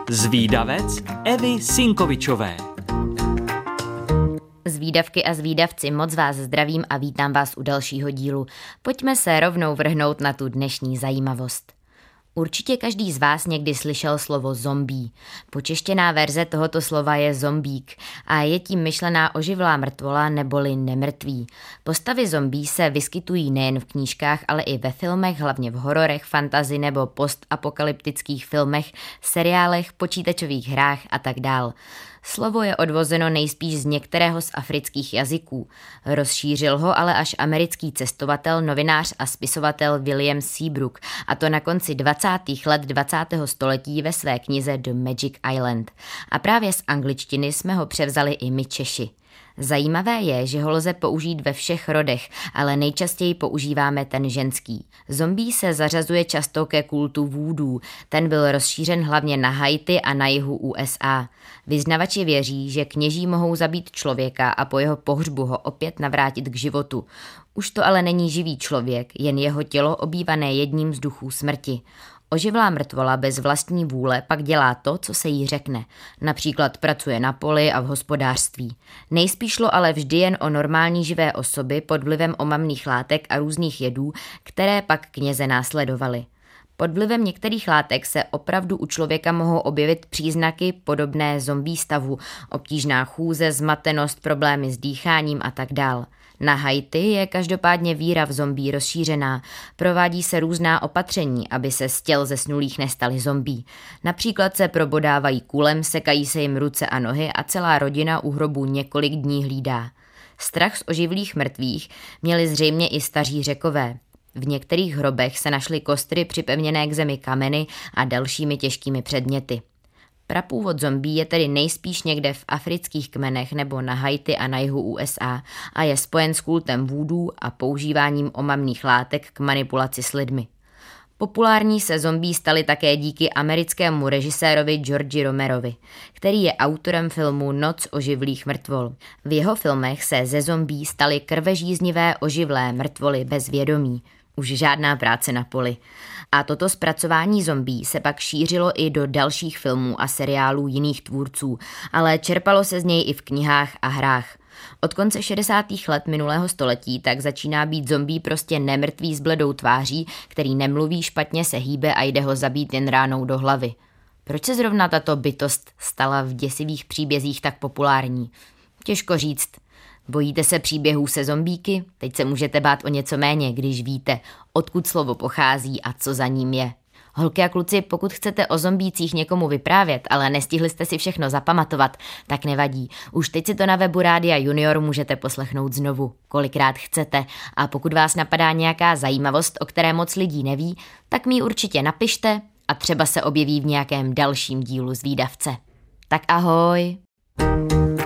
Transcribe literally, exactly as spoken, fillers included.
Zvídavec Evy Sinkovičové. Zvídavky a zvídavci, moc vás zdravím a vítám vás u dalšího dílu. Pojďme se rovnou vrhnout na tu dnešní zajímavost. Určitě každý z vás někdy slyšel slovo zombie. Počeštěná verze tohoto slova je zombík a je tím myšlená oživlá mrtvola neboli nemrtvý. Postavy zombie se vyskytují nejen v knížkách, ale i ve filmech, hlavně v hororech, fantasy nebo postapokalyptických filmech, seriálech, počítačových hrách a tak dál. Slovo je odvozeno nejspíš z některého z afrických jazyků. Rozšířil ho ale až americký cestovatel, novinář a spisovatel William Seabrook, a to na konci dvacátých let dvacátého století ve své knize The Magic Island. A právě z angličtiny jsme ho převzali i my Češi. Zajímavé je, že ho lze použít ve všech rodech, ale nejčastěji používáme ten ženský. Zombie se zařazuje často ke kultu vúdů. Ten byl rozšířen hlavně na Haiti a na jihu U S A. Vyznavači věří, že kněží mohou zabít člověka a po jeho pohřbu ho opět navrátit k životu. Už to ale není živý člověk, jen jeho tělo obývané jedním z duchů smrti. Oživlá mrtvola bez vlastní vůle pak dělá to, co se jí řekne. Například pracuje na poli a v hospodářství. Nejspíš šlo ale vždy jen o normální živé osoby pod vlivem omamných látek a různých jedů, které pak kněze následovaly. Pod vlivem některých látek se opravdu u člověka mohou objevit příznaky podobné zombie stavu, obtížná chůze, zmatenost, problémy s dýcháním a tak dál. Na Haiti je každopádně víra v zombie rozšířená. Provádí se různá opatření, aby se z těl zesnulých nestali zombie. Například se probodávají kulem, sekají se jim ruce a nohy a celá rodina u hrobu několik dní hlídá. Strach z oživlých mrtvých měli zřejmě i staří Řekové. V některých hrobech se našly kostry připevněné k zemi kameny a dalšími těžkými předměty. Prapůvod zombie je tedy nejspíš někde v afrických kmenech nebo na Haiti a na jihu U S A a je spojen s kultem vúdů a používáním omamných látek k manipulaci s lidmi. Populární se zombie staly také díky americkému režisérovi Georgi Romerovi, který je autorem filmu Noc oživlých mrtvol. V jeho filmech se ze zombie staly krvežíznivé oživlé mrtvoly bez vědomí. Už žádná práce na poli. A toto zpracování zombie se pak šířilo i do dalších filmů a seriálů jiných tvůrců, ale čerpalo se z něj i v knihách a hrách. Od konce šedesátých let minulého století tak začíná být zombie prostě nemrtvý s bledou tváří, který nemluví, špatně se hýbe a jde ho zabít jen ránou do hlavy. Proč se zrovna tato bytost stala v děsivých příbězích tak populární? Těžko říct. Bojíte se příběhů se zombíky? Teď se můžete bát o něco méně, když víte, odkud slovo pochází a co za ním je. Holky a kluci, pokud chcete o zombících někomu vyprávět, ale nestihli jste si všechno zapamatovat, tak nevadí. Už teď si to na webu Rádia Junior můžete poslechnout znovu, kolikrát chcete. A pokud vás napadá nějaká zajímavost, o které moc lidí neví, tak mi ji určitě napište a třeba se objeví v nějakém dalším dílu Zvídavce. Tak ahoj!